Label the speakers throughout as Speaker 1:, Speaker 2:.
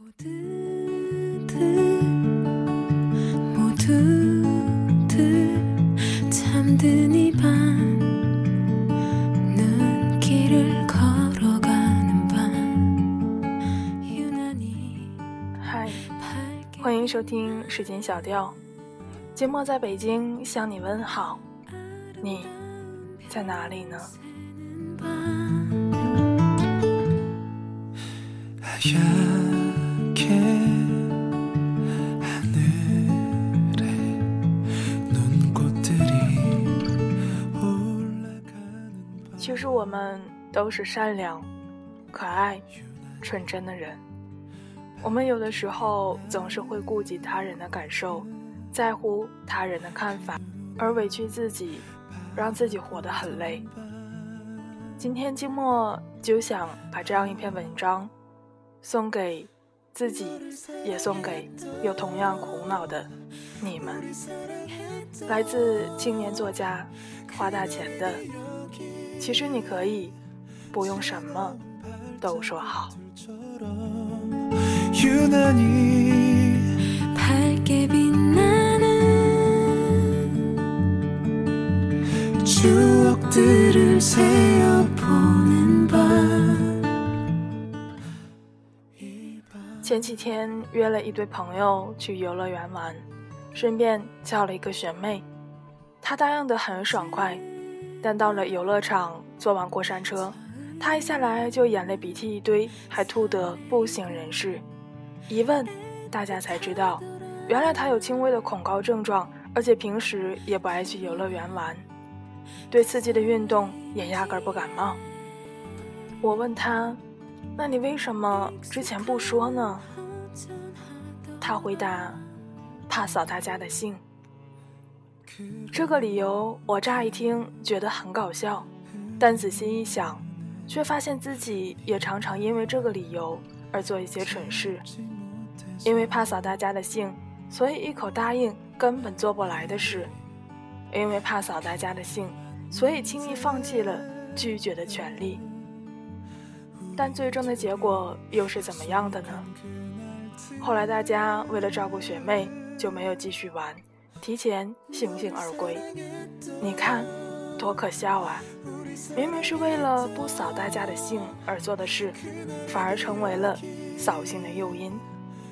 Speaker 1: 嗨，欢迎收听时间小调，节目在北京向你问好，你在哪里呢？其实我们都是善良、可爱、纯真的人，我们有的时候总是会顾及他人的感受，在乎他人的看法，而委屈自己，让自己活得很累。今天季末就想把这样一篇文章送给自己，也送给有同样苦恼的你们。来自青年作家花大钱的，其实你可以不用什么都说好。前几天约了一堆朋友去游乐园玩，顺便叫了一个学妹，她答应得很爽快，但到了游乐场坐完过山车，她一下来就眼泪鼻涕一堆，还吐得不省人事。一问大家才知道，原来她有轻微的恐高症状，而且平时也不爱去游乐园玩，对刺激的运动也压根不感冒。我问她，那你为什么之前不说呢？她回答，怕扫他家的兴。这个理由我乍一听觉得很搞笑，但仔细一想，却发现自己也常常因为这个理由而做一些蠢事。因为怕扫大家的兴，所以一口答应根本做不来的事；因为怕扫大家的兴，所以轻易放弃了拒绝的权利。但最终的结果又是怎么样的呢？后来大家为了照顾学妹，就没有继续玩，提前悻悻而归。你看多可笑啊，明明是为了不扫大家的兴而做的事，反而成为了扫兴的诱因。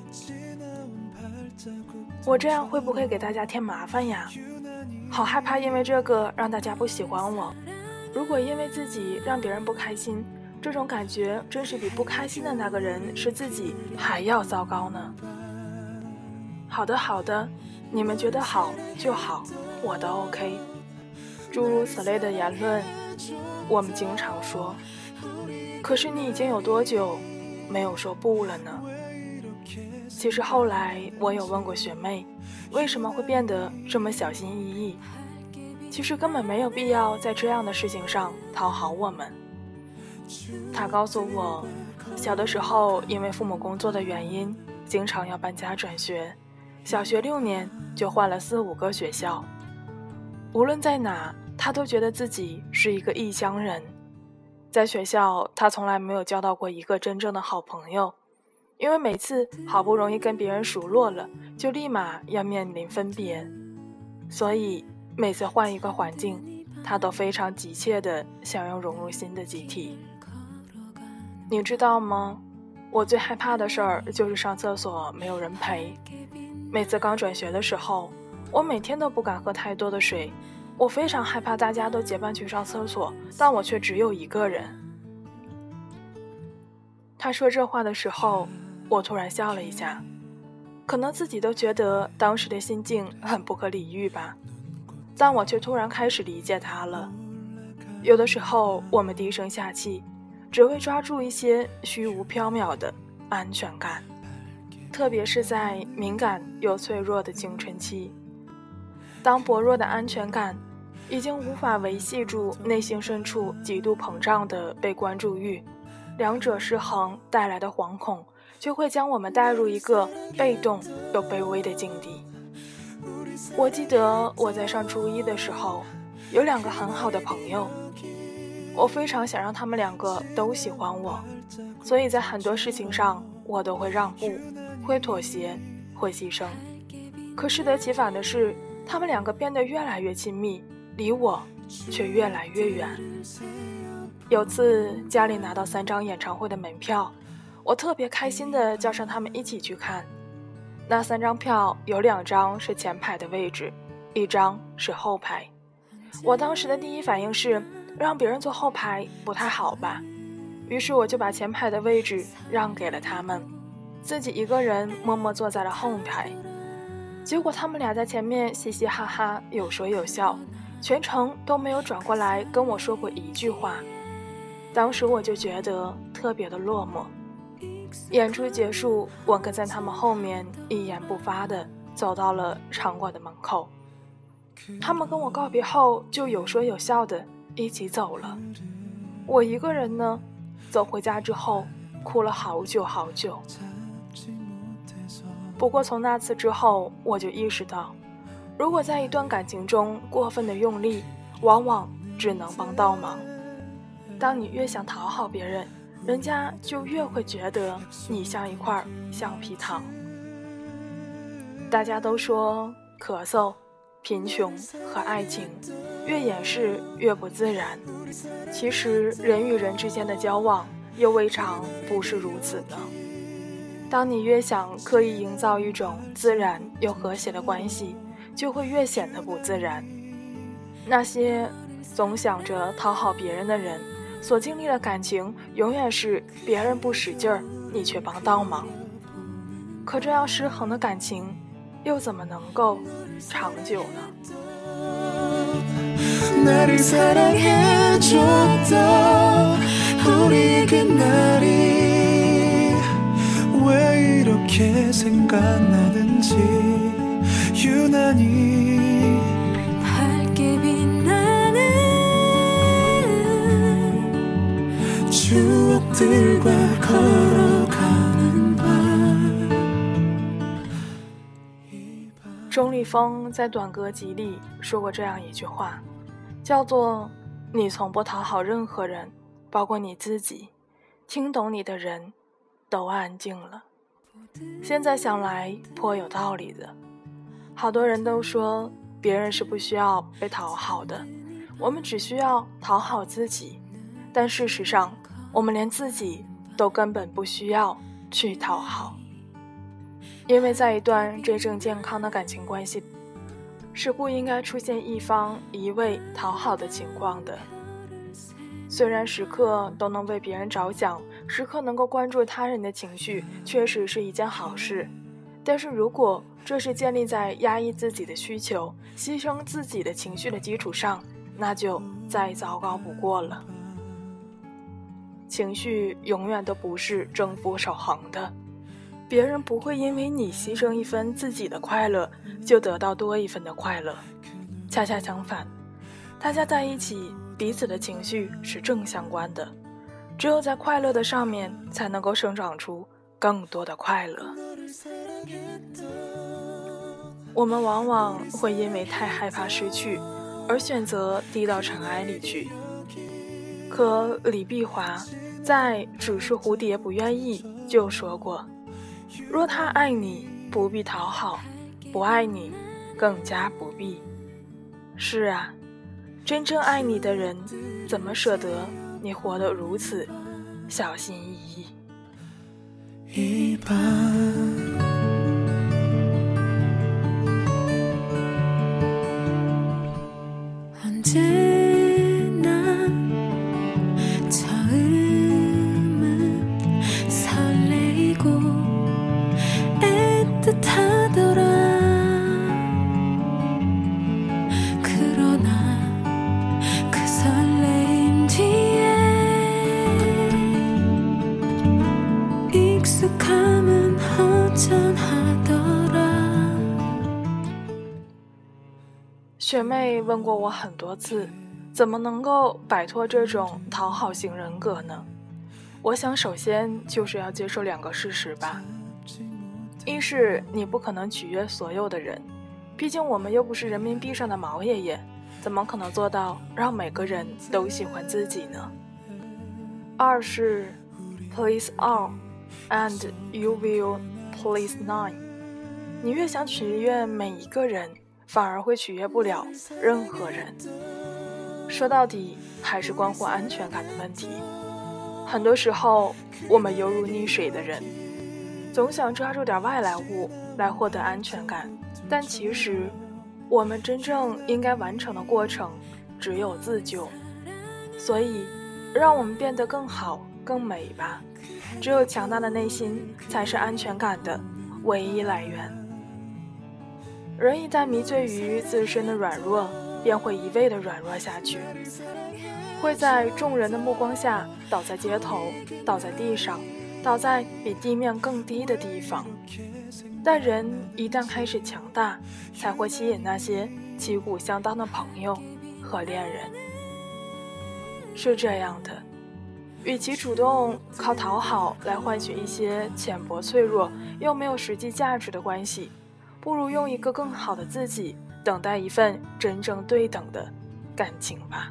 Speaker 1: 我这样会不会给大家添麻烦呀？好害怕因为这个让大家不喜欢我。如果因为自己让别人不开心，这种感觉真是比不开心的那个人是自己还要糟糕呢。好的好的，你们觉得好就好，我都 OK。 诸如此类的言论我们经常说，可是你已经有多久没有说不了呢？其实后来我有问过学妹，为什么会变得这么小心翼翼？其实根本没有必要在这样的事情上讨好我们。她告诉我，小的时候因为父母工作的原因，经常要搬家转学，小学6年就换了4、5个学校，无论在哪，她都觉得自己是一个异乡人。在学校，她从来没有交到过一个真正的好朋友，因为每次好不容易跟别人熟络了，就立马要面临分别，所以每次换一个环境，她都非常急切地想要融入新的集体。你知道吗？我最害怕的事儿就是上厕所没有人陪。每次刚转学的时候，我每天都不敢喝太多的水，我非常害怕大家都结伴去上厕所，但我却只有一个人。他说这话的时候，我突然笑了一下，可能自己都觉得当时的心境很不可理喻吧，但我却突然开始理解他了。有的时候我们低声下气，只会抓住一些虚无缥缈的安全感，特别是在敏感又脆弱的青春期，当薄弱的安全感已经无法维系住内心深处极度膨胀的被关注欲，两者失衡带来的惶恐就会将我们带入一个被动又卑微的境地。我记得我在上初一的时候，有2个很好的朋友，我非常想让他们2个都喜欢我，所以在很多事情上我都会让步，会妥协，会牺牲。可适得其反的是，他们两个变得越来越亲密，离我却越来越远。有次家里拿到3张演唱会的门票，我特别开心地叫上他们一起去看。那3张票有2张是前排的位置，1张是后排。我当时的第一反应是让别人坐后排不太好吧，于是我就把前排的位置让给了他们，自己一个人默默坐在了后排。结果他们俩在前面嘻嘻哈哈，有说有笑，全程都没有转过来跟我说过一句话。当时我就觉得特别的落寞。演出结束，我跟在他们后面一言不发地走到了场馆的门口。他们跟我告别后就有说有笑的一起走了。我一个人呢，走回家之后哭了好久好久。不过从那次之后，我就意识到，如果在一段感情中过分的用力，往往只能帮倒忙。当你越想讨好别人，人家就越会觉得你像一块橡皮糖。大家都说咳嗽、贫穷和爱情越掩饰越不自然，其实人与人之间的交往又未尝不是如此呢。当你越想刻意营造一种自然又和谐的关系，就会越显得不自然。那些总想着讨好别人的人，所经历的感情永远是别人不使劲儿，你却帮倒忙。可这样失衡的感情又怎么能够长久呢？钟立风在短歌集里说过这样一句话，叫做你从不讨好任何人，包括你自己，听懂你的人都安静了。现在想来颇有道理的。好多人都说别人是不需要被讨好的，我们只需要讨好自己，但事实上我们连自己都根本不需要去讨好。因为在一段真正健康的感情关系是不应该出现一方一味讨好的情况的。虽然时刻都能为别人着想，时刻能够关注他人的情绪，确实是一件好事，但是如果这是建立在压抑自己的需求、牺牲自己的情绪的基础上，那就再糟糕不过了。情绪永远都不是征服守恒的，别人不会因为你牺牲一分自己的快乐就得到多一分的快乐，恰恰相反，大家在一起，彼此的情绪是正相关的，只有在快乐的上面才能够生长出更多的快乐。我们往往会因为太害怕失去而选择低到尘埃里去，可李碧华在《只是蝴蝶不愿意》就说过，若他爱你，不必讨好；不爱你，更加不必。是啊，真正爱你的人，怎么舍得你活得如此小心翼翼？学妹问过我很多次，怎么能够摆脱这种讨好型人格呢？我想首先就是要接受2个事实吧。一是你不可能取悦所有的人，毕竟我们又不是人民币上的毛爷爷，怎么可能做到让每个人都喜欢自己呢？二是 please all and you will please none。 你越想取悦每一个人，反而会取悦不了任何人。说到底还是关乎安全感的问题。很多时候我们犹如溺水的人，总想抓住点外来物来获得安全感，但其实我们真正应该完成的过程只有自救。所以让我们变得更好更美吧，只有强大的内心才是安全感的唯一来源。人一旦迷醉于自身的软弱，便会一味地软弱下去，会在众人的目光下倒在街头，倒在地上，倒在比地面更低的地方。但人一旦开始强大，才会吸引那些旗鼓相当的朋友和恋人。是这样的，与其主动靠讨好来换取一些浅薄脆弱又没有实际价值的关系，不如用一个更好的自己等待一份真正对等的感情吧。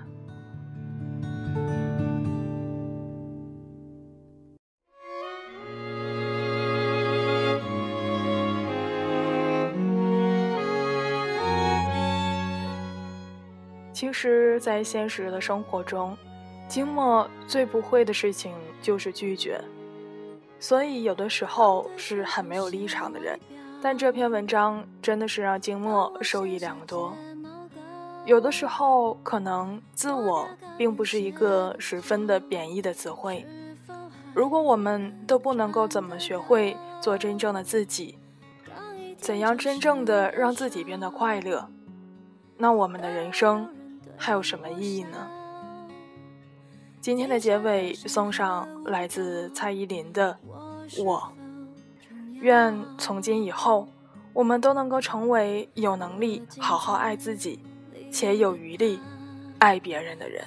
Speaker 1: 其实在现实的生活中，经墨最不会的事情就是拒绝，所以有的时候是很没有立场的人，但这篇文章真的是让经墨受益良多。有的时候可能自我并不是一个十分的贬义的词汇，如果我们都不能够怎么学会做真正的自己，怎样真正的让自己变得快乐，那我们的人生还有什么意义呢？今天的结尾送上来自蔡依林的我。愿从今以后我们都能够成为有能力好好爱自己且有余力爱别人的人。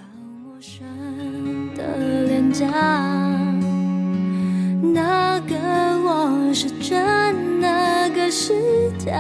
Speaker 2: 那个我是真，那个是假，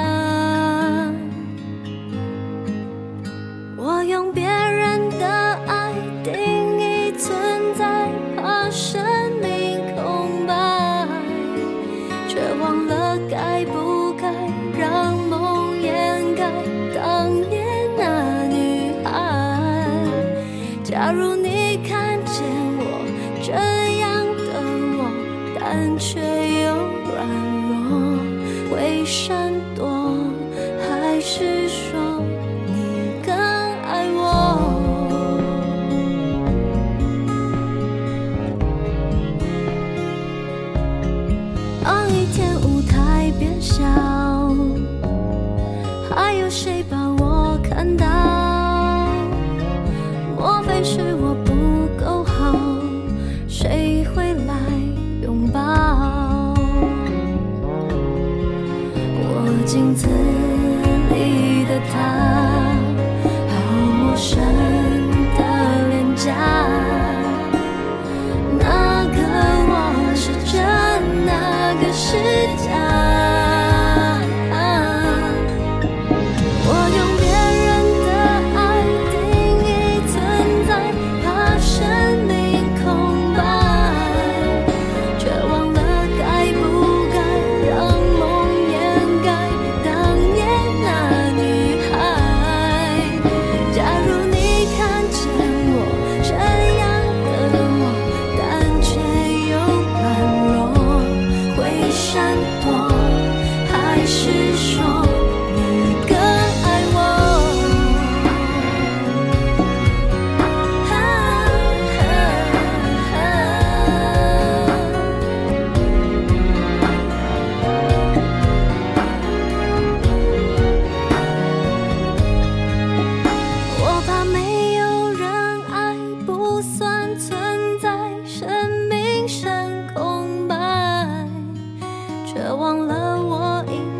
Speaker 2: 我用别人的爱定义存在，怕生命空白，却忘了该不该让梦掩盖当年那女孩。假如你看见我这样的我，但却又软弱，会闪躲，还是说你更爱我？当一天舞台变小，还有谁把我看到？莫非是我不够好？谁会来拥抱？我镜子里的他，好陌生的脸颊。那个我是真，那个是假。我用别人的爱定义存在，怕生命空白，却忘了该不该让梦掩盖当年那女孩。假如你看见我这样的我，但却又软弱，会闪躲，还是说你更爱我？我怕没有人爱不算存在，生命剩空白，却忘了我应